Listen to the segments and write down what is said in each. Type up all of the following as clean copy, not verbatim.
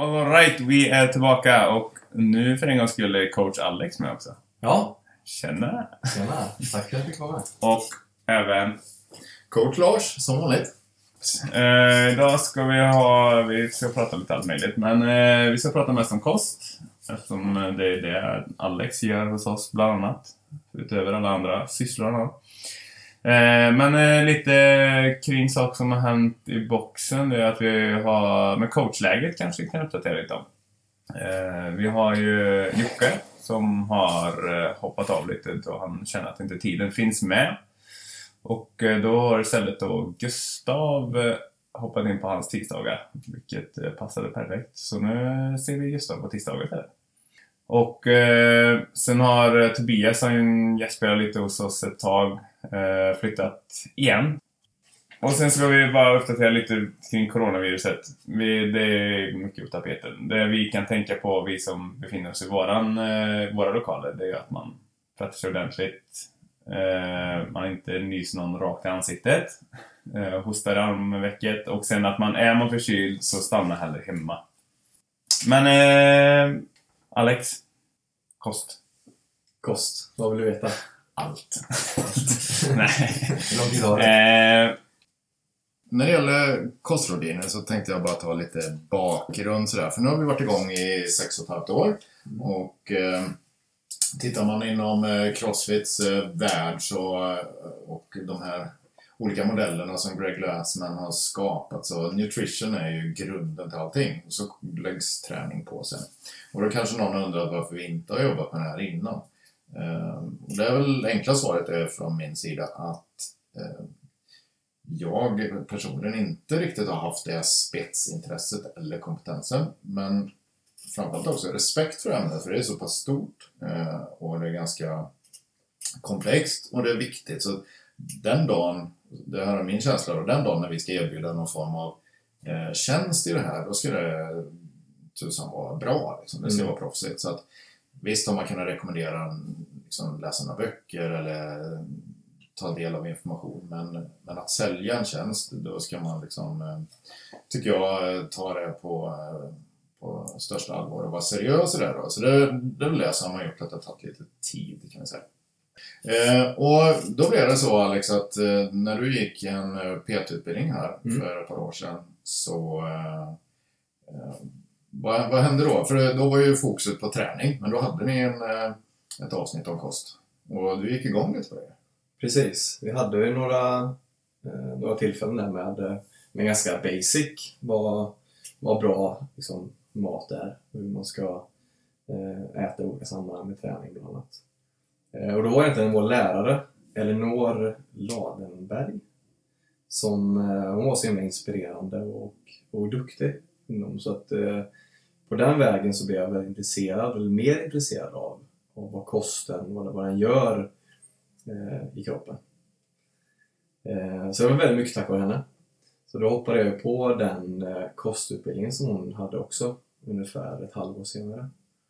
All right, vi är tillbaka och nu för en gång skulle coach Alex med också. Ja. Tjena. Tack för att du kom med. Och även coach Lars, som vanligt. Idag ska vi ska prata lite allt möjligt, men vi ska prata mest om kost. Eftersom det är det Alex gör hos oss bland annat. Utöver alla andra sysslor. Men lite kring saker som har hänt i boxen, det är att vi har med coachläget kanske vi kan uppdatera lite om. Vi har ju Jocke som har hoppat av lite då han känner att inte tiden finns med. Och då har istället då Gustav hoppat in på hans tisdagar, vilket passade perfekt. Så nu ser vi Gustav på tisdagar istället. Och sen har Tobias, han gästspelat lite hos oss ett tag, flyttat igen. Och sen ska vi bara uppdatera lite kring coronaviruset. Det är mycket på tapeten. Det vi kan tänka på, vi som befinner oss i våra lokaler, det är att man tvättar sig ordentligt. Man inte nyser någon rakt i ansiktet. Hostar armvecket. Och sen att är man förkyld så stanna hellre hemma. Men Alex, Kost, vad vill du veta? Allt. Nej. När det gäller kostrådgivning så tänkte jag bara ta lite bakgrund sådär. För nu har vi varit igång i 6,5 år. Och tittar man inom Crossfits värld och de här olika modellerna som Greg Glassman har skapat, så nutrition är ju grunden till allting. Och så läggs träning på sen. Och då kanske någon undrar varför vi inte har jobbat med det här innan. Det är väl enkla svaret är från min sida att jag personligen inte riktigt har haft det spetsintresset eller kompetensen, men framförallt också respekt för ämnet, för det är så pass stort och det är ganska komplext och det är viktigt. Så den dagen, det här är min känsla, och den dagen när vi ska erbjuda någon form av tjänst i det här, då ska det tusan vara bra liksom. Det ska vara proffsigt. Så att visst har man kunnat rekommendera liksom, läsa några böcker eller ta del av information, men att sälja en tjänst, då ska man liksom, tycker jag, ta det på största allvar och vara seriös i det då. Så det läser man gjort att det har tagit lite tid, kan man säga. Och då blev det så, Alex, att när du gick en PT-utbildning här för ett par år sedan, så vad hände då? För då var ju fokuset på träning, men då hade ni ett avsnitt om kost. Och du gick igång lite på det. Precis, vi hade ju några tillfällen där med ganska basic vad bra liksom, mat är, hur man ska äta i olika sammanhang med träning bland annat. Och då var det inte vår lärare, Elinor Ladenberg, som hon var så himla inspirerande och duktig inom, så att på den vägen så blev jag väldigt intresserad, eller mer intresserad av vad kosten, vad den gör i kroppen. Så det var väldigt mycket tack vare henne. Så då hoppade jag på den kostutbildningen som hon hade också ungefär ett halvår senare.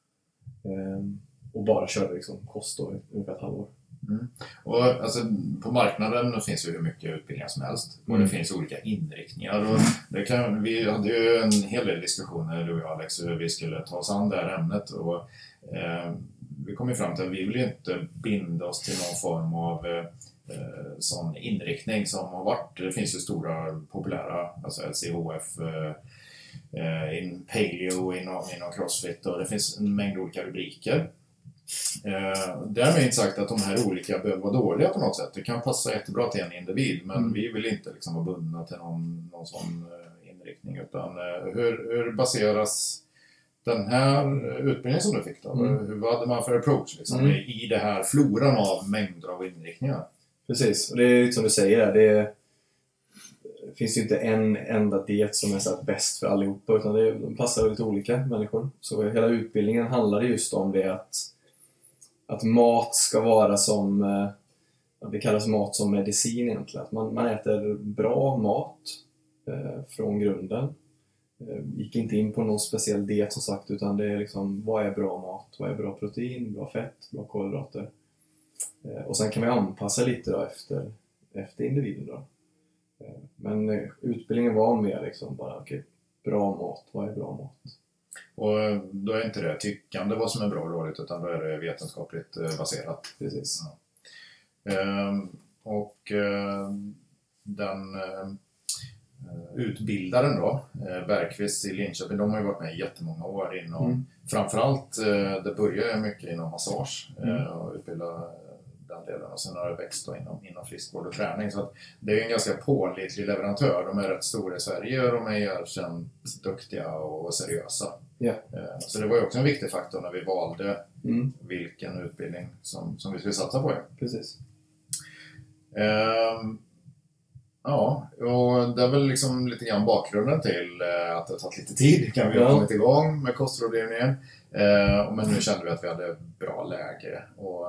Och bara körde liksom kost då ungefär ett halvår. Och alltså, på marknaden finns ju hur mycket utbildningar som helst. Och det finns olika inriktningar. Och vi hade ju en hel del diskussioner, du och jag, Alex, hur vi skulle ta oss an det här ämnet. Och vi kom ju fram till att vi vill ju inte binda oss till någon form av sån inriktning som har varit. Det finns ju stora populära, alltså LCHF, in Paleo, inom Crossfit, och det finns en mängd olika rubriker. Därmed inte sagt att de här olika behöver vara dåliga på något sätt. Det kan passa jättebra till en individ, men vi vill inte liksom vara bundna till någon sån inriktning, utan hur baseras den här utbildningen som du fick då? Vad hade man för approach liksom, i det här floran av mängder av inriktningar? Precis, och det är som du säger, det finns ju inte en enda diet som är så bäst för allihopa, utan de passar lite olika människor. Så hela utbildningen handlade just om det att mat ska vara som, det kallas mat som medicin egentligen. Att man äter bra mat från grunden. Gick inte in på någon speciell diet som sagt, utan det är liksom, vad är bra mat? Vad är bra protein, bra fett, bra kolhydrater? Och sen kan man anpassa lite då efter individen då. Men utbildningen var mer liksom bara, okej, bra mat, vad är bra mat? Och då är inte det tyckande vad som är bra och dåligt, utan då är det vetenskapligt baserat. Precis. Den utbildaren då, Bergqvist i Linköping, de har ju varit med i jättemånga år inom, framförallt det börjar mycket inom massage och utbilda den delen, och sen har det växt då inom friskvård och träning, så att det är en ganska pålitlig leverantör. De är rätt stora i Sverige och de är erkänt duktiga och seriösa. Yeah. Så det var ju också en viktig faktor när vi valde vilken utbildning som vi skulle satsa på. Precis. Ja, och det är väl liksom lite grann bakgrunden till att det har tagit lite tid. Kan vi ha kommit igång med kostrådgivningen. Men nu kände vi att vi hade bra läge. Och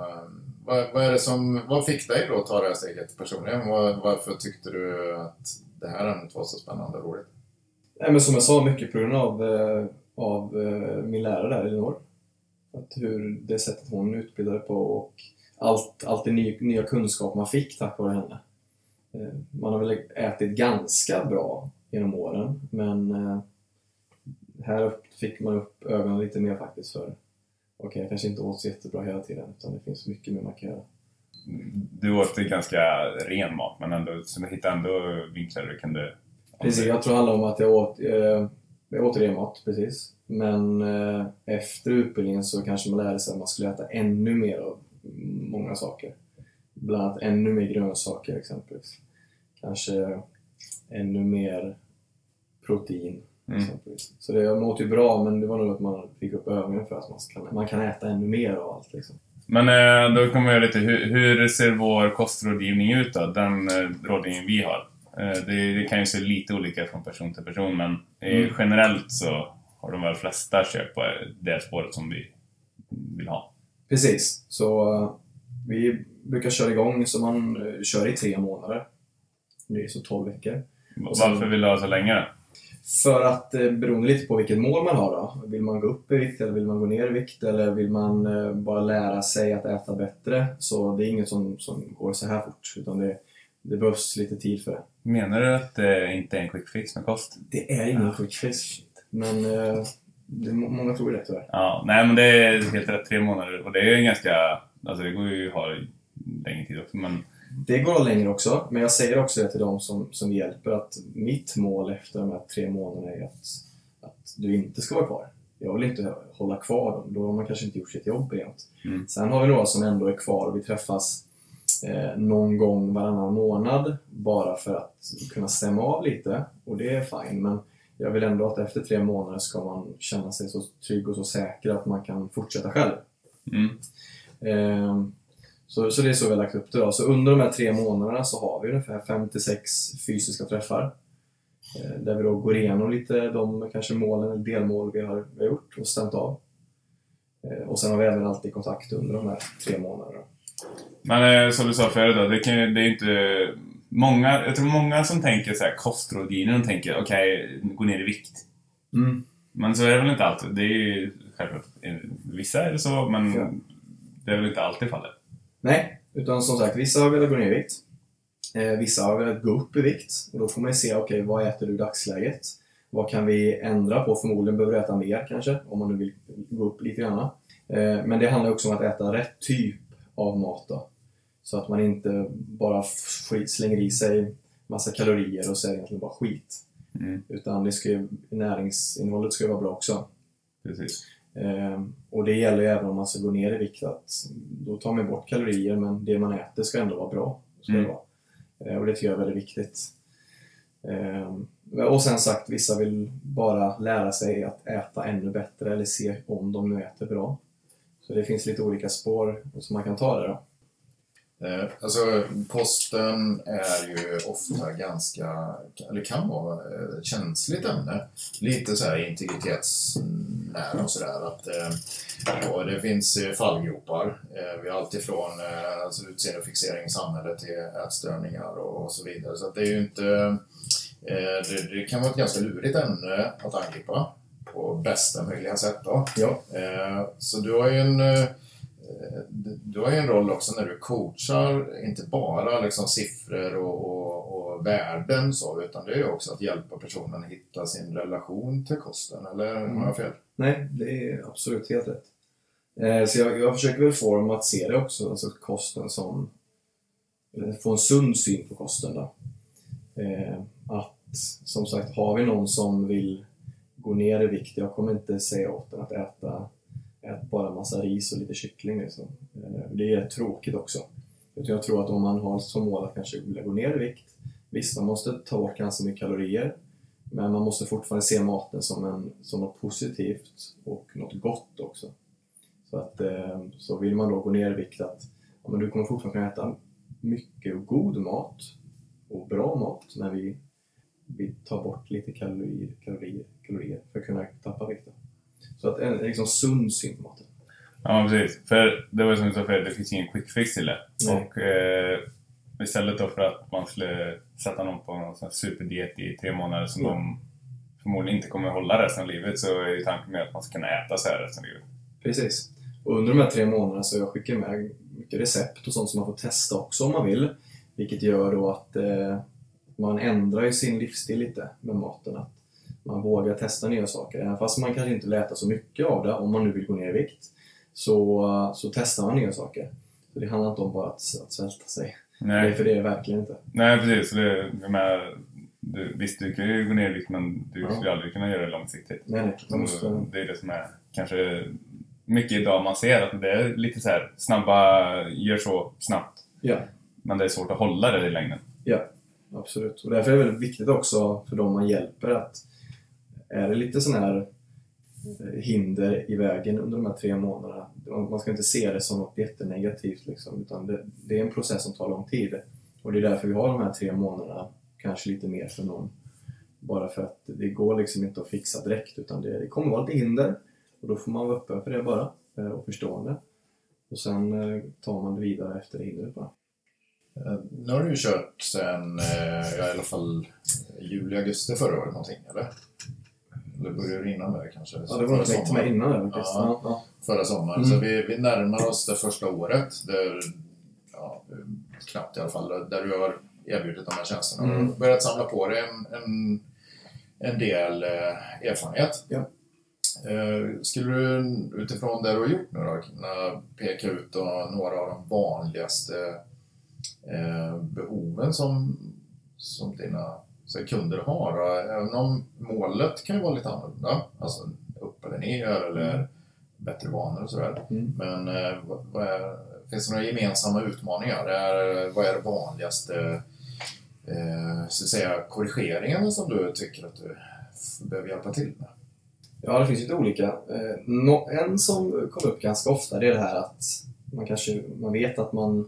vad fick dig då att ta det här steget personligen? Varför tyckte du att det här ämnet var så spännande och roligt? Nej, men som jag sa, mycket på grund av min lärare där, Elinor. Att hur det sättet hon utbildade på och allt det nya kunskap man fick tack vare henne. Man har väl ätit ganska bra genom åren, men här fick man upp ögonen lite mer faktiskt för jag kanske inte åt så jättebra hela tiden, utan det finns mycket mer man kan göra. Du åt ganska ren mat, men ändå, så du hittade ändå vinklar du kunde... Precis, jag tror det handlar om att jag åt ren mat, precis. Men efter utbildningen så kanske man lärde sig att man skulle äta ännu mer av många saker. Bland annat ännu mer grönsaker exempelvis. Kanske ännu mer protein exempelvis. Så det åt ju bra, men det var nog att man fick upp ögonen för att man kan äta ännu mer av allt liksom. Men då kommer jag lite, hur ser vår kostrådgivning ut då? Den rådgivning vi har. Det kan ju se lite olika från person till person, men generellt så har de väl flesta köpt på det spåret som vi vill ha. Precis, så vi brukar köra igång så man kör i 3 månader. Det är så 12 veckor. Varför vill du ha så länge? För att beroende lite på vilket mål man har då. Vill man gå upp i vikt eller vill man gå ner i vikt eller vill man bara lära sig att äta bättre, så det är inget som går så här fort, utan det behövs lite tid för det. Menar du att det inte är en quick fix med kost? Det är ingen quick fix, men många tror det tyvärr. Ja, nej men det är helt rätt 3 månader och det är ju ganska, alltså det går ju att ha längre tid också, men... Det går längre också, men jag säger också det till dem som hjälper, att mitt mål efter de här 3 månaderna är att du inte ska vara kvar. Jag vill inte hålla kvar dem, då har man kanske inte gjort sitt jobb rent. Sen har vi några som ändå är kvar och vi träffas någon gång varannan månad bara för att kunna stämma av lite, och det är fine, men jag vill ändå att efter 3 månader ska man känna sig så trygg och så säker att man kan fortsätta själv. Så det är så vi har lagt upp det då. Så under de här 3 månaderna så har vi ungefär 5-6 fysiska träffar. Där vi då går igenom lite de kanske målen eller delmål vi har gjort och stämt av. Och sen har vi även alltid kontakt under de här 3 månaderna. Men som du sa förut då, det är inte många, jag tror många som tänker så här kostrådgivning, de tänker okej, gå ner i vikt. Men så är det väl inte alltid. Det är ju självklart, vissa är det så, men det är väl inte alltid fallet. Nej, utan som sagt, vissa har velat gå ner i vikt. Vissa har velat gå upp i vikt. Och då får man ju se, okej, vad äter du i dagsläget? Vad kan vi ändra på? Förmodligen behöver du äta mer kanske, om man nu vill gå upp lite grann. Men det handlar också om att äta rätt typ av mat då. Så att man inte bara slänger i sig massa kalorier och så är det egentligen bara skit. Utan näringsinnehållet ska vara bra också. Precis. Och det gäller ju även om man ska gå ner i vikt, att då tar man bort kalorier, men det man äter ska ändå vara bra. Ska det vara. Och det tycker jag är väldigt viktigt. Och sen sagt, vissa vill bara lära sig att äta ännu bättre eller se om de nu äter bra. Så det finns lite olika spår som man kan ta där då. Alltså kosten är ju ofta ganska, eller kan vara ett känsligt ämne. Lite så här integritetsnära och sådär. Och det finns fallgropar. Vi har alltid från alltså utseendefixering i samhället till ätstörningar och så vidare. Så att det är ju inte, det kan vara ett ganska lurigt ämne att angripa på bästa möjliga sätt då. Ja. Så du har ju en roll också när du coachar, inte bara liksom siffror och värden så, utan det är också att hjälpa personen att hitta sin relation till kosten, eller har jag fel? Nej, det är absolut helt rätt. Så jag försöker väl få dem att se det också, alltså kosten som, eller få en sund syn på kosten då. Att som sagt, har vi någon som vill gå ner i vikt, jag kommer inte säga åt den att äta bara massa ris och lite kyckling liksom. Det är tråkigt också. Jag tror att om man har som mål att kanske vilja gå ner i vikt, visst, man måste ta bort ganska mycket kalorier, men man måste fortfarande se maten som något positivt och något gott också. Så vill man då gå ner i vikt, att men du kommer fortfarande kunna äta mycket och god mat och bra mat när vi tar bort lite kalorier för att kunna tappa vikt. Så att en liksom sund syn på maten. Ja, precis. För det var som du sa, för det finns ingen quick fix till det. Nej. Och istället då för att man skulle sätta någon på någon sån här superdiet i 3 månader som de förmodligen inte kommer hålla resten av livet, så är ju tanken med att man ska kunna äta så här resten av livet. Precis. Och under de här 3 månaderna så jag skickar med mycket recept och sånt som man får testa också om man vill. Vilket gör då att man ändrar ju sin livsstil lite med maten. Att man vågar testa nya saker. Även fast man kanske inte vill äta så mycket av det, om man nu vill gå ner i vikt, så testar man nya saker. Så det handlar inte om bara att svälta sig. Nej. För det är det verkligen inte. Nej, precis. Visst, du kan ju gå ner i vikt, men du skulle aldrig kunna göra det långsiktigt. Nej. Det är det som är kanske mycket idag man ser, att det är lite så här snabba, gör så snabbt. Ja. Men det är svårt att hålla det i längden. Ja, absolut. Och därför är det väldigt viktigt också för dem man hjälper, att är det lite sån här hinder i vägen under de här 3 månaderna, man ska inte se det som något jättenegativt liksom, utan det är en process som tar lång tid. Och det är därför vi har de här 3 månaderna, kanske lite mer för någon. Bara för att det går liksom inte att fixa direkt, utan det kommer vara lite hinder. Och då får man vara öppen för det bara, och förstående. Och sen tar man det vidare efter det hindret bara. Nu har du ju kört sen, i alla fall juli-augusti förra året någonting, eller? Eller började du innan det kanske? Ja, det var nog tänkt mig innan det faktiskt. Ja. Förra sommaren. Så vi närmar oss det första året, där, knappt i alla fall, där du har erbjudit de här tjänsterna och börjat samla på dig en del erfarenhet. Ja. Skulle du utifrån det du har gjort nu då kunna peka ut några av de vanligaste behoven som dina kunder har? Även om målet kan ju vara lite annorlunda, alltså upp eller ner eller bättre vanor och sådär. Men finns det några gemensamma utmaningar? Vad är det vanligaste så att säga, korrigeringen som du tycker att du behöver hjälpa till med? Ja, det finns lite olika. En som kommer upp ganska ofta, det är det här att man vet att man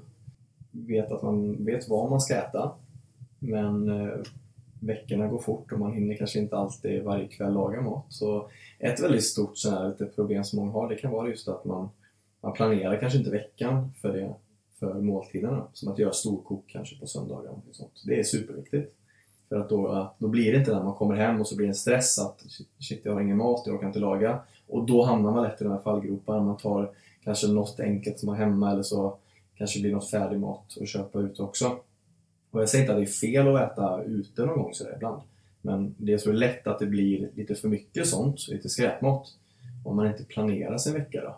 vet vad man ska äta, men veckorna går fort och man hinner kanske inte alltid varje kväll laga mat. Så ett väldigt stort lite problem som många har, det kan vara just att man planerar kanske inte veckan för måltiderna, som att göra storkok kanske på söndagar och sånt. Det är superviktigt. För att då blir det inte när man kommer hem och så blir det en stress att shit, jag har ingen mat, jag kan inte laga. Och då hamnar man lätt i de här fallgroparna. Man tar kanske något enkelt som har hemma, eller så kanske blir något färdig mat och köpa ut också. Och jag säger inte att det är fel att äta ute någon gång så där ibland. Men det är så lätt att det blir lite för mycket sånt, lite skräpmat, om man inte planerar sin vecka då.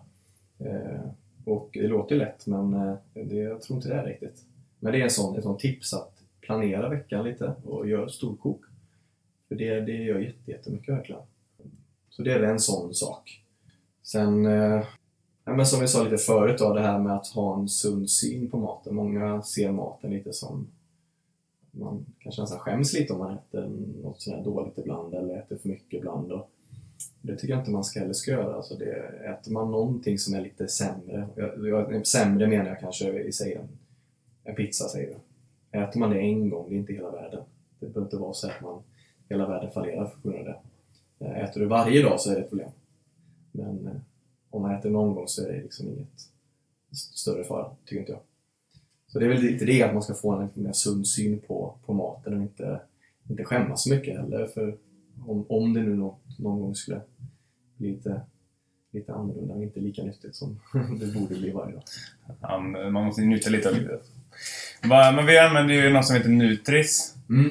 Och det låter lätt, men jag tror inte det är riktigt. Men det är ett sånt tips att planera veckan lite och göra storkok. För det gör jättemycket verkligen. Så det är en sån sak. Sen, men som vi sa lite förut då, det här med att ha en sund syn på maten. Många ser maten lite som, man kanske nästan skäms lite om man äter något sådär dåligt ibland eller äter för mycket ibland. Och det tycker jag inte man ska göra. Alltså äter man någonting som är lite sämre, sämre menar jag kanske i sig en pizza, säger jag. Äter man det en gång, det är inte hela världen. Det behöver inte vara så att hela världen fallerar på grund av det. Äter du varje dag så är det ett problem. Men om man äter någon gång så är det liksom inget större fara, tycker inte jag. Så det är väl lite det, att man ska få en mer sund syn på maten och inte skämmas så mycket heller. För om det nu någon gång skulle bli lite annorlunda och inte lika nyttigt som det borde bli varje dag. Ja, man måste njuta lite av livet. Men vi använder ju något som heter Nutris.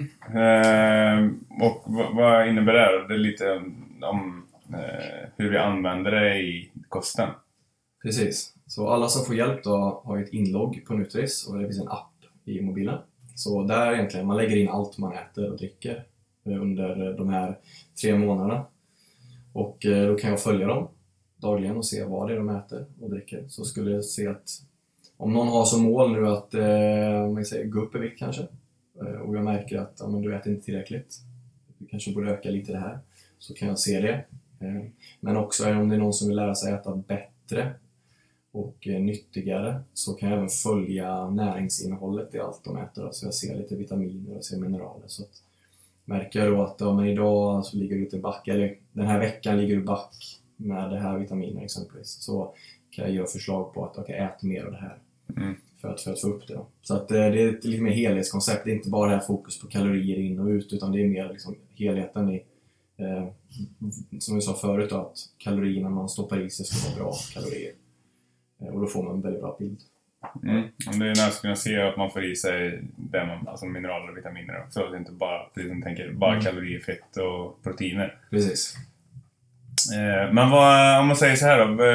Och vad innebär det? Det är lite om hur vi använder det i kosten. Precis. Så alla som får hjälp då har ju ett inlogg på Nutris och det finns en app i mobilen. Så där egentligen man lägger in allt man äter och dricker under de här 3 månaderna. Och då kan jag följa dem dagligen och se vad det är de äter och dricker. Så skulle jag se att om någon har som mål nu att man säger, gå upp i vikt kanske och jag märker att men du äter inte tillräckligt, du kanske borde öka lite det här, så kan jag se det. Men också om det är någon som vill lära sig äta bättre och nyttigare, så kan jag även följa näringsinnehållet i allt de äter. Så jag ser lite vitaminer och ser mineraler. Så att märker jag då att men idag så ligger du lite back, eller den här veckan ligger du back med det här vitaminer exempelvis, så kan jag göra förslag på att ät mer av det här för att få upp det då. Så att det är ett lite mer helhetskoncept. Det är inte bara det här fokus på kalorier in och ut, utan det är mer liksom helheten i som vi sa förut då, att kalorierna man stoppar i sig ska vara bra kalorier. Och då får man en väldigt bra bild. Det är nästan kunna se att man får i sig alltså mineraler och vitaminer också. Det är inte bara, precis som tänker, bara kalorier, fett och proteiner. Precis. Men om man säger så här då,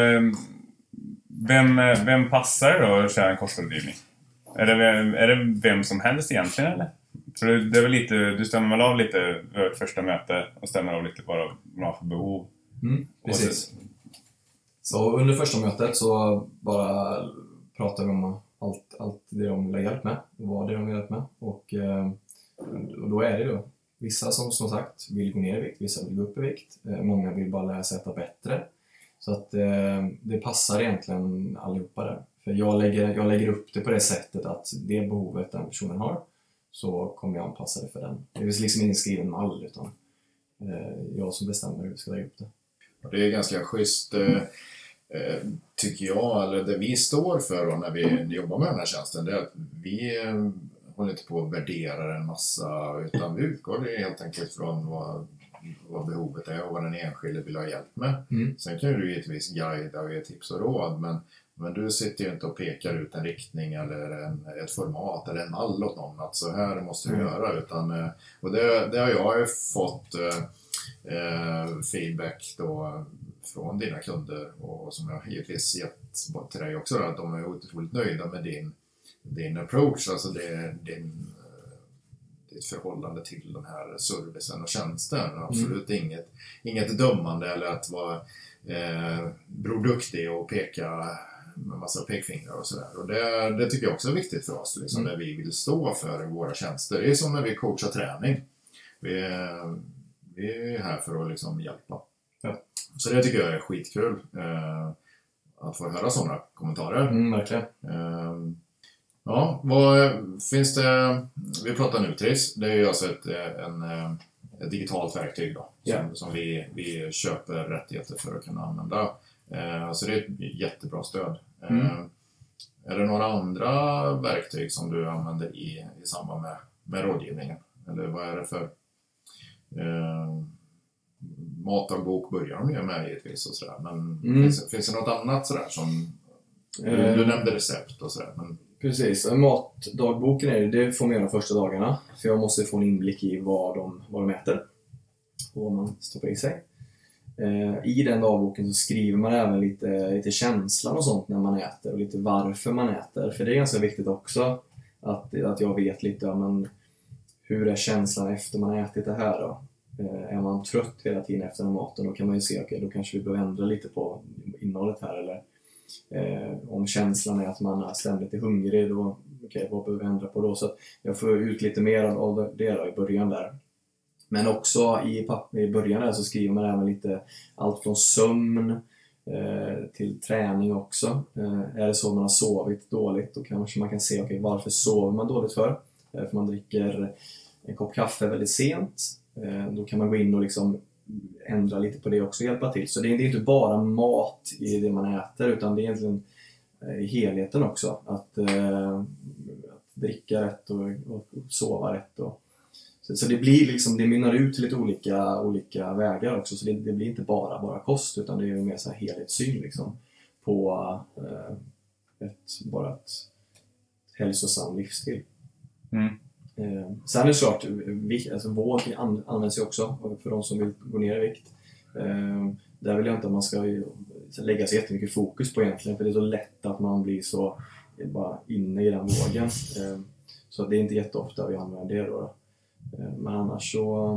vem passar då att köra en kostrådgivning? Är det vem som helst egentligen, eller? För det är väl lite, du stämmer väl av lite över första möte och stämmer av lite vad man har för behov. Precis. Så under första mötet så bara pratar vi om allt det de vill ha hjälp med, vad det de vill ha hjälp med. Och då är det då vissa som sagt vill gå ner i vikt, vissa vill gå upp i vikt, många vill bara lära sig äta bättre. Så att det passar egentligen allihopa där. För jag lägger upp det på det sättet att det behovet den personen har, så kommer jag anpassa det för den. Det är liksom ingen skriven mall, utan jag som bestämmer hur vi ska lägga upp det. Det är ganska schysst, tycker jag, eller det vi står för då, när vi jobbar med den här tjänsten, det är att vi håller inte på att värdera en massa, utan vi utgår helt enkelt från vad behovet är och vad den enskilde vill ha hjälp med. Sen kan du givetvis guida och ge tips och råd, men du sitter ju inte och pekar ut en riktning eller ett format eller en mall åt någon att så här måste du göra, utan, och det har jag ju fått feedback då från dina kunder, och som jag givetvis gett till dig också då, att de är otroligt nöjda med din approach, alltså ditt förhållande till den här servicen och tjänsten. Absolut inget dömande eller att vara Bror Duktig och peka med massa pekfingrar och sådär. Och det tycker jag också är viktigt för oss, liksom, när vi vill stå för våra tjänster. Det är som när vi coachar träning. Vi är här för att liksom hjälpa. Ja. Så det tycker jag är skitkul att få höra sådana kommentarer. Verkligen. Ja, vad finns det? Vi pratar Nutris. Det är ju alltså ett digitalt verktyg då, som vi köper rättigheter för att kunna använda. Så det är ett jättebra stöd. Är det några andra verktyg som du använder i samband med rådgivningen? Eller vad är det för matdagbok börjar de ju med givetvis och sådär. Men finns det något annat sådär som du nämnde recept och sådär, men... Precis, matdagboken det får man göra de första dagarna. För jag måste få en inblick i vad de äter och vad man stoppar i sig. I den dagboken så skriver man även lite känslan och sånt när man äter och lite varför man äter. För det är ganska viktigt också att jag vet lite men hur är känslan efter man har ätit det här då. Är man trött hela tiden efter den maten, då kan man ju se då kanske vi behöver ändra lite på innehållet här, eller om känslan är att man är ständigt hungrig, då vad behöver vi ändra på då? Så att jag får ut lite mer av det då i början där. Men också i början där så skriver man även lite allt från sömn till träning också. Är det så man har sovit dåligt, då kanske man kan se varför sover man dåligt för man dricker en kopp kaffe väldigt sent. Då kan man gå in och liksom ändra lite på det också och hjälpa till. Så det är inte bara mat i det man äter, utan det är egentligen i helheten också. Att dricka rätt och sova rätt. Så Så det blir liksom, det mynnar ut till lite olika vägar också. Så det blir inte bara kost, utan det är mer så här helhetssyn liksom, på ett hälsosam livsstil. Sen är det klart, alltså vård används ju också för de som vill gå ner i vikt. Där vill jag inte att man ska lägga så jättemycket fokus på egentligen, för det är så lätt att man blir så bara inne i den vågen. Så det är inte jätteofta vi använder det då. Men annars så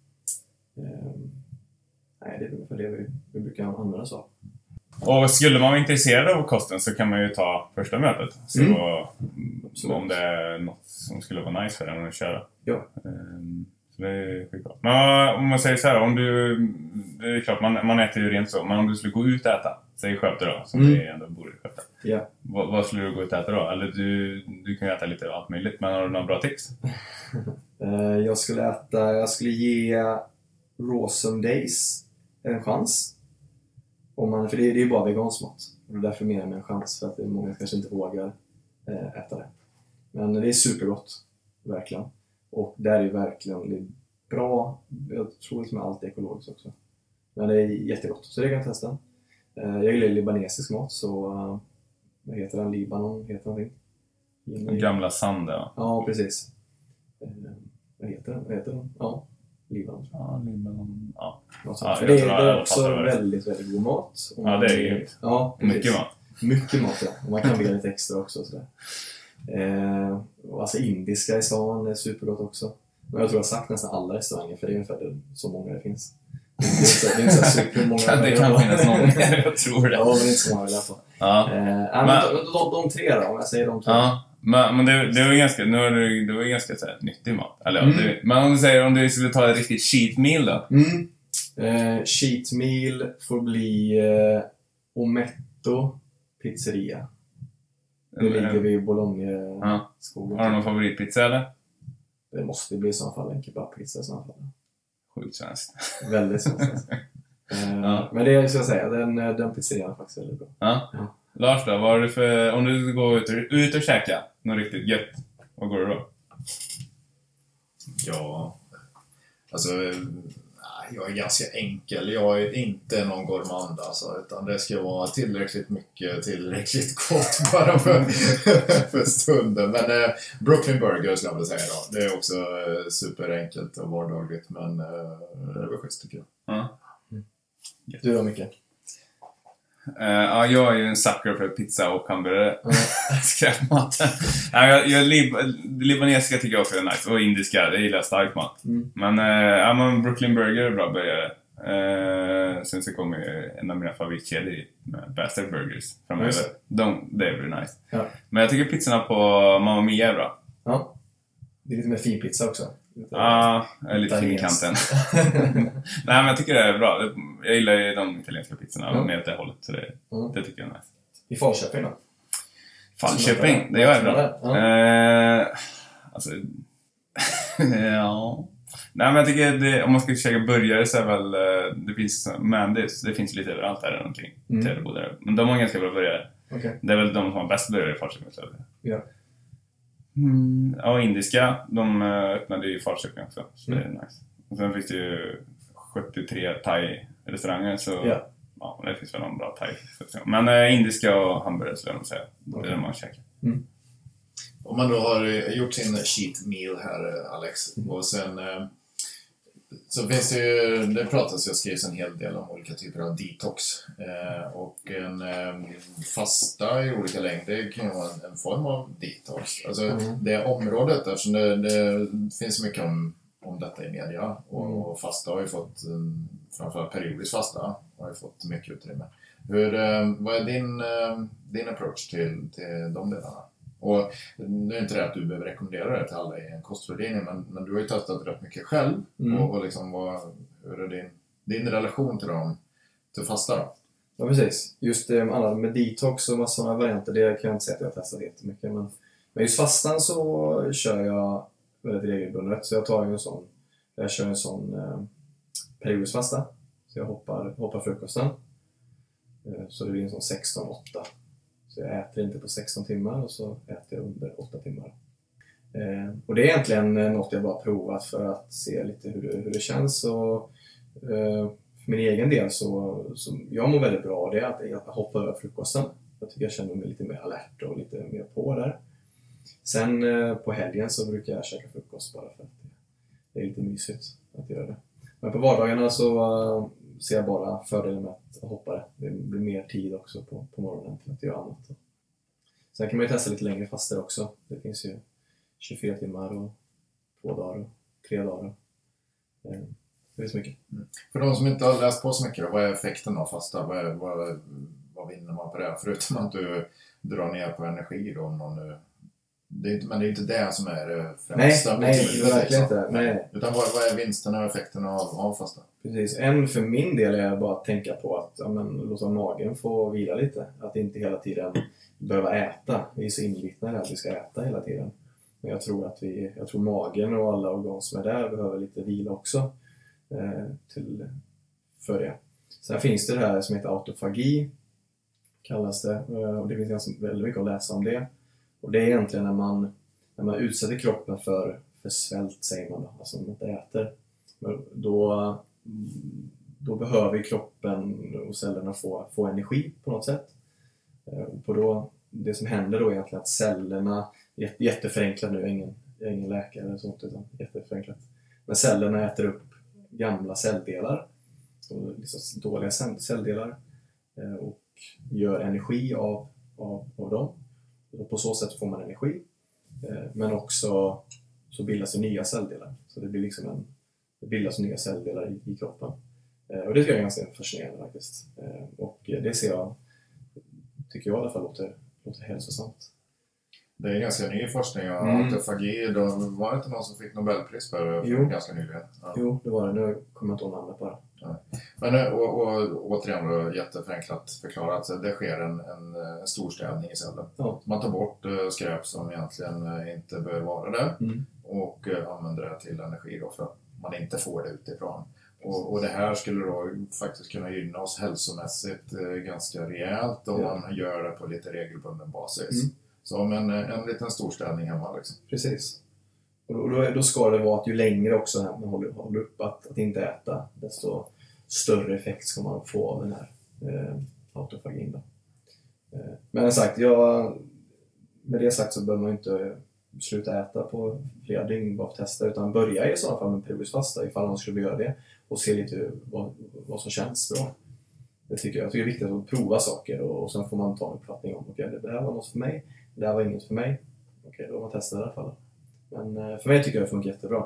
nej, det är ungefär det vi brukar använda så. Och skulle man vara intresserad av kosten så kan man ju ta första mötet. Så om det är något som skulle vara nice för en att köra. Ja. Så det är skitbra. Men om man säger så här, det är klart man äter ju rent så, men om du skulle gå ut och äta, säg Skövde då, som vi ändå bor i Skövde. Ja. Vad skulle du gå ut och äta då? Eller du kan ju äta lite allt möjligt, men har du några bra tips? Jag skulle ge Rawsome Days en chans. För det är ju bara vegansmat. Och därför mer med en chans, för att många kanske inte vågar äta det. Men det är supergott, verkligen. Och där är verkligen bra. Jag tror att allt är ekologiskt också. Men det är jättegott, så det kan jag testa. Jag gillar libanesisk mat, så vad heter den? Libanon heter någonting. Gamla Sand, ja. Ja, precis. Vad heter den? Ja, Libanon. Ja, Libanon. Ja. Det är också väldigt, väldigt god mat. Ja, det är grymt. Ja, mycket mat. Mycket mat, ja. Och man kan be lite extra också. Sådär. Och alltså indiska i stan är supergott också. Men jag tror jag har sagt nästan alla restauranger, för det är ungefär så många det finns. Det är inte så supermånga. Det kan finnas någon, jag tror det. Ja, men det är inte så många i alla fall. Ja. De tre då, om jag säger de tre. Ja. Men det var ganska, det var ganska så här, nyttig mat. Eller, men om du skulle ta ett riktigt cheat meal då? Cheat meal får bli Ometto pizzeria. Det ligger vid Bologna-skogen. Har du någon favoritpizza eller? Det måste bli i så fall en kebabpizza i så fall. Sjukt svenskt. Väldigt svenskt. Men det ska jag säga, den pizzerian är faktiskt väldigt bra. Ja. Lars då, vad har du för, om du går ut och käka något riktigt gött, vad går du då? Ja, alltså jag är ganska enkel. Jag är inte någon gourmand alltså, utan det ska vara tillräckligt mycket, tillräckligt gott bara för stunden. Men Brooklyn Burger skulle jag vilja säga då. Det är också superenkelt och vardagligt, men det var schysst tycker jag. Ja. Du då, Micke? Ja, jag är ju en sucker för pizza och hamburgare. Skräpmaten. Libanesiska tycker jag också är nice. Och indiska, det gillar jag stark mat. Men Brooklyn Burger är bra börjare. Sen så kommer ju en av mina favoritkedjor med Bastard Burgers framöver. Det är nice. Ja. Men jag tycker pizzorna på Mamma Mia är bra. Ja. Det är lite mer fin pizza också. Ja, lite fin i kanten. Nej, men jag tycker det är bra. Jag gillar ju de italienska pizzorna med det hållet, så det tycker jag är nice. I Falköping då? Falköping, det är bra. Alltså, ja. Nej, men jag tycker om man ska försöka burgare så är väl det finns lite överallt här omkring. Men de har ganska bra burgare. Okay. Det är väl de som har bäst burgare i Falköping. Ja. Ja, indiska, de öppnade ju i Falköping också, så det är nice. Och sen finns det ju 73 thai-restauranger, så ja, det finns väl någon bra thai. Men indiska och hamburgare skulle jag säga, det är det man käkar. Om man då har gjort sin cheat meal här, Alex, och sen så finns det ju, det pratas och skrivs en hel del om olika typer av detox, och en fasta i olika längder kan ju vara en form av detox. Alltså det området, eftersom det finns mycket om detta i media, och fasta har ju fått, framförallt periodiskt fasta har ju fått mycket utrymme. Vad är din approach till de delarna? Och nu är inte det att du behöver rekommendera det till alla i en kostrådgivning, men du har ju testat rätt mycket själv. Och liksom, hur är din relation till fasta då? Ja, precis. Just alla med detox och massa sådana varianter, det kan jag inte säga att jag har testat jättemycket. Men just fastan så kör jag väldigt regelbundet. Så jag kör en sån periodisk fasta. Så jag hoppar frukosten. Så det blir en sån 16-8. Så jag äter inte på 16 timmar och så äter jag under 8 timmar. Och det är egentligen något jag bara provat för att se lite hur det känns. Och, för min egen del så jag mår väldigt bra av det, att jag hoppar över frukosten. Jag tycker jag känner mig lite mer alert och lite mer på där. Sen på helgen så brukar jag käka frukost bara för att det är lite mysigt att göra det. Men på vardagarna så ser jag bara fördelen med att hoppa det. Det blir mer tid också på morgonen till att göra annat. Sen kan man ju testa lite längre faster också. Det finns ju 24 timmar och 2 dagar och 3 dagar. Det är så mycket. För de som inte har läst på så mycket, vad är effekten av fasta? Vad vinner man på det? Förutom att du drar ner på energi då, om någon nu... Men det är inte det som är det främsta. Nej, det är verkligen inte. Nej. Utan vad är vinsten och effekten av fasta? Precis. För min del är bara att tänka på att låta magen få vila lite. Att inte hela tiden behöva äta. Vi är så inriktade att vi ska äta hela tiden. Men jag tror magen och alla organ som är där behöver lite vila också. För det. Sen finns det här som heter autofagi. Kallas det. Och det finns väldigt mycket att läsa om det. Och det är egentligen när man utsätter kroppen för svält, säger man då, alltså om man inte äter. Då behöver kroppen och cellerna få energi på något sätt. Det som händer då är egentligen att cellerna, jätteförenklat nu, jag är ingen läkare eller sånt, utan jätteförenklat. Men cellerna äter upp gamla celldelar, liksom dåliga celldelar, och gör energi av dem. Och på så sätt får man energi, men också så bildas det nya celldelar. Så det blir liksom det bildas nya celldelar i kroppen. Och det tycker jag är ganska fascinerande faktiskt. Och det tycker jag i alla fall låter hälsosamt. Det är ganska ny forskning och autofagi. Då var det inte någon som fick Nobelpris för ganska nyligen? Ja. Jo, det var det. Nu kommer jag inte ihåg namnet bara. Ja. Men och återigen då, jätteförenklat förklarat, det sker en storstädning i cellen. Ja. Man tar bort skräp som egentligen inte bör vara där och använder det till energi då för att man inte får det utifrån. Och det här skulle då faktiskt kunna gynna oss hälsomässigt ganska rejält om man gör det på lite regelbunden basis. Som en liten storstädning hemma liksom. Precis. Och då ska det vara att ju längre också man håller upp att inte äta, desto större effekt ska man få av den här autofagin då. Men sagt, med det sagt så behöver man inte sluta äta på flera dygn bara för att testa, utan börja i sådana fall med periodisk fasta ifall man skulle göra det och se lite vad som känns bra. Jag tycker det är viktigt att prova saker och sen får man ta en uppfattning om det här var något för mig, det här var inget för mig. Okej, då har man testat i alla fall. Men för mig tycker jag det funkar jättebra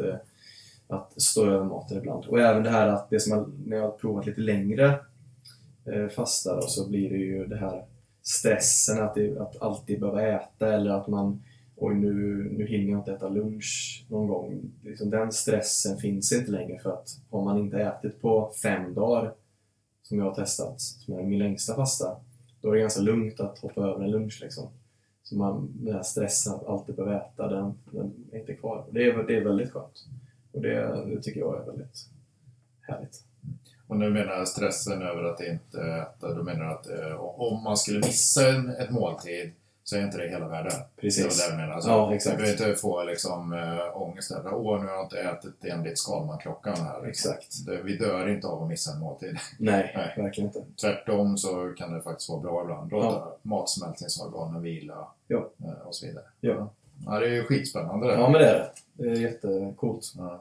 att stå över maten ibland. Och även det här att när jag har provat lite längre fasta då, så blir det ju det här stressen att alltid behöva äta, eller att man nu hinner jag inte äta lunch någon gång. Liksom den stressen finns inte längre, för att har man inte ätit på 5 dagar som jag har testat, som är min längsta fasta, då är det ganska lugnt att hoppa över en lunch liksom. Så den här stressen att alltid behöva äta, den är inte kvar. Och det är väldigt skönt. Och det tycker jag är väldigt härligt. Och nu menar jag stressen över att inte äta, du menar att om man skulle missa ett måltid så är inte det hela världen. Precis. Det är det jag menar. Alltså, ja, exakt. Du behöver inte få ångest där. Nu har jag inte ätit enligt Skalman-klockan här. Liksom. Exakt. Vi dör inte av att missa en måltid. Nej, verkligen inte. Tvärtom så kan det faktiskt vara bra ibland. Låta matsmältningsorganen vila och så vidare. Ja, det är ju skitspännande. Ja, men det är det. Det är jättecoolt. Ja.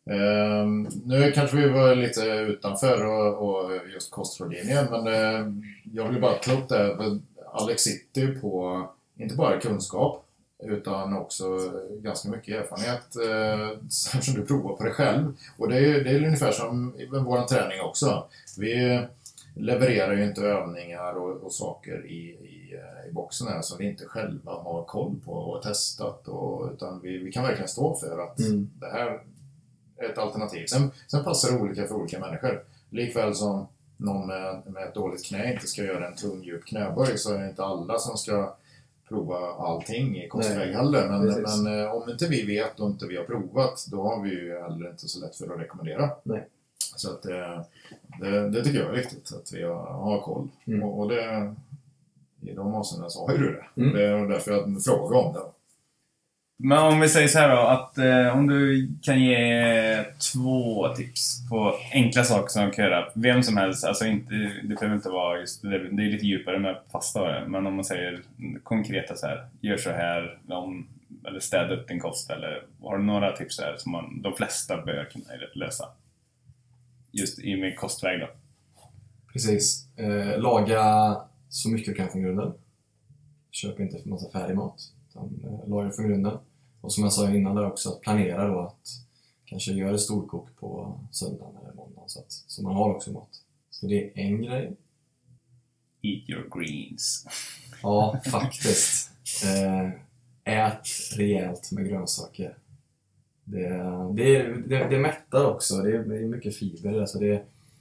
Nu kanske vi var lite utanför och just kostrådgivningen, men jag vill bara ta upp det. Alex sitter ju på inte bara kunskap utan också ganska mycket erfarenhet som du provar på dig själv. Och det är ungefär som i vår träning också. Vi levererar ju inte övningar och saker i boxen här som vi inte själva har koll på och testat. Utan vi kan verkligen stå för att det här är ett alternativ. Sen passar det olika för olika människor. Likväl som någon med ett dåligt knä inte ska göra en tung djup knäböj, så är det inte alla som ska prova allting i kostväg heller. Men om inte vi vet och inte vi har provat, då har vi ju heller inte så lätt för att rekommendera. Nej. Så att det tycker jag är viktigt, att vi har koll. Och det, i de avseenden så har ju du det. Det är därför jag frågar om det. Men om vi säger så här då, att om du kan ge 2 tips på enkla saker som kan göra, vem som helst, alltså inte, det behöver inte vara just, det är lite djupare med fasta, men om man säger konkreta så här, gör så här, eller städa upp din kost, eller har du några tips där som de flesta bör kunna lösa? Just i med kostväg då. Precis. Laga så mycket du kan från grunden. Köp inte för massa färdig mat. Utan laga från grunden. Och som jag sa innan där också, att planera då att kanske göra storkok på söndagen eller måndagen så man har också mat. Så det är en grej. Eat your greens. Ja, faktiskt. Ät rejält med grönsaker. Det mättar också. Det är mycket fiber. Alltså det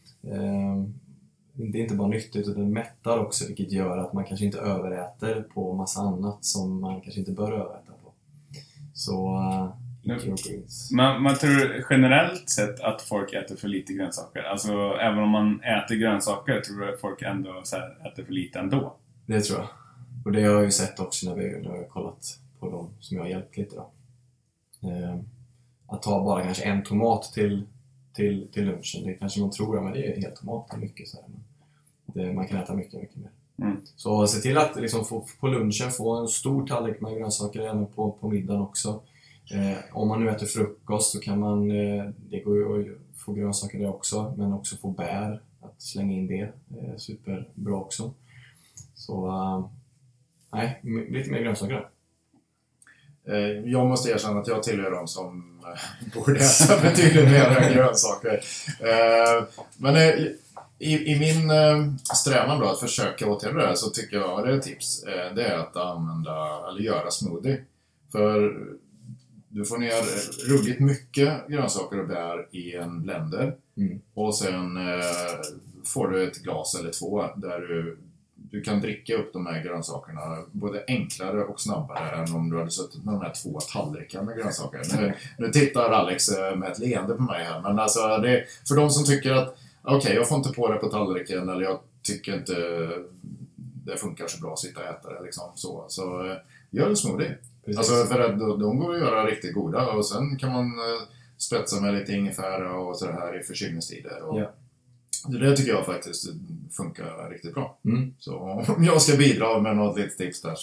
är inte bara nyttigt, utan det mättar också, vilket gör att man kanske inte överäter på massa annat som man kanske inte bör överäta på. Så eat your greens. Man tror generellt sett att folk äter för lite grönsaker. Alltså även om man äter grönsaker tror jag att folk ändå så här, äter för lite ändå. Det tror jag. Och det har jag ju sett också när vi har kollat på dem som jag har hjälpt lite då. Att ta bara kanske en tomat till lunchen, det kanske man tror, men det är helt tomat, det är mycket så här. Man kan äta mycket mer. Så se till att liksom på lunchen få en stor tallrik med grönsaker, även på middagen också. Om man nu äter frukost så kan man, det går ju att få grönsaker där också, men också få bär, att slänga in det är superbra också. Så lite mer grönsaker där. Jag måste erkänna att jag tillhör dem som borde äta betydligt mer grönsaker. Men i min strävan då att försöka åtgärda det här, så tycker jag det är ett tips. Det är att använda eller göra smoothie. För du får ner ruggigt mycket grönsaker och bär i en blender. Och sen får du ett glas eller 2 där du kan dricka upp de här grönsakerna både enklare och snabbare än om du hade suttit med de här 2 tallrikar med grönsaker. Nu tittar Alex med ett leende på mig här, men alltså det, för de som tycker att okej, jag får inte på det på tallriken, eller jag tycker inte det funkar så bra att sitta och äta det liksom, så gör en smoothie. Alltså, för att de går att göra riktigt goda, och sen kan man spetsa med lite ingefära och så här i förkylningstider och det tycker jag faktiskt funkar riktigt bra. Så om jag ska bidra med något litet tips där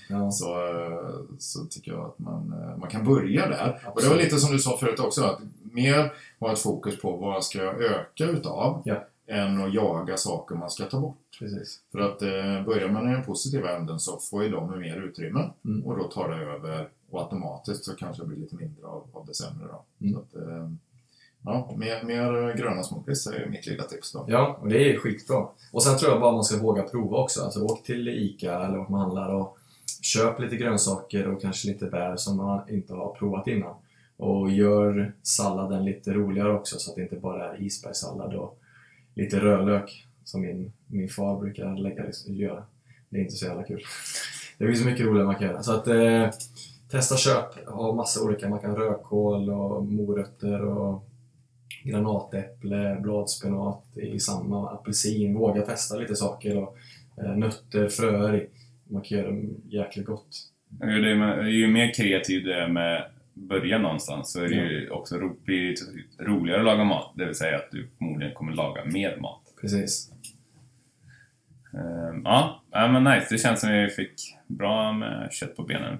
så tycker jag att man kan börja där. Absolut. Och det var lite som du sa förut också, att mer ha ett fokus på vad ska jag öka utav än att jaga saker man ska ta bort. Precis. För att börjar man i den positiva änden så får ju de mer utrymme och då tar det över, och automatiskt så kanske det blir lite mindre av det sämre då. Så att, mer gröna smoothies är mitt lilla tips då. Ja, och det är skitbra. Och sen tror jag bara man ska våga prova också. Alltså åk till Ica eller vart man handlar och köp lite grönsaker och kanske lite bär som man inte har provat innan. Och gör salladen lite roligare också, så att det inte bara är isbergssallad och lite rödlök som min far brukar göra. Det är inte så jävla kul. Det finns så mycket roligare man kan göra. Så att testa köp. Ha massa olika, man kan rödkål och morötter och granatäpple, bladspenat i samma, apelsin. Våga testa lite saker och nötter, fröer i. Man kan göra dem jäkligt gott. Det är ju mer kreativt det med börja någonstans, så är det ju också roligare att laga mat. Det vill säga att du förmodligen kommer laga mer mat. Precis. Men nice. Det känns som vi fick bra med kött på benen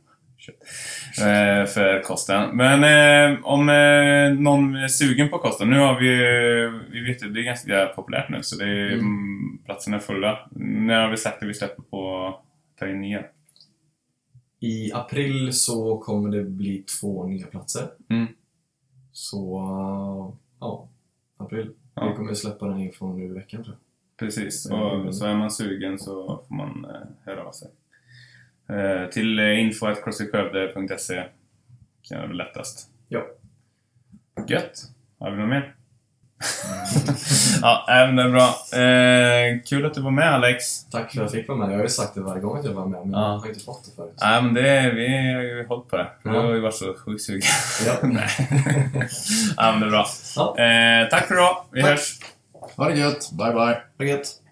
för kosten. Men om någon är sugen på kosten, nu har vi vet att det är ganska populärt nu, så det är, platserna är fulla. När har vi sagt att vi släpper på ta in nya? I april så kommer det bli 2 nya platser. Så april. Vi kommer släppa den inför nu i veckan, tror jag. Precis, och så är man sugen så får man höra av sig. Till info@crossfitskövde.se kan det vara lättast. Ja. Gött. Har vi något mer? Ja, även det är bra. Kul att du var med, Alex. Tack för att jag fick vara med. Jag har ju sagt det varje gång att jag var med, men jag har inte fått det förut. Nej, men vi har ju hållit på det. Du har ju varit så sjukt sugen. Ja. Nej. Ja, men det är bra. Tack för idag. Vi hörs. Ha det gött. Bye bye. Ha det gött.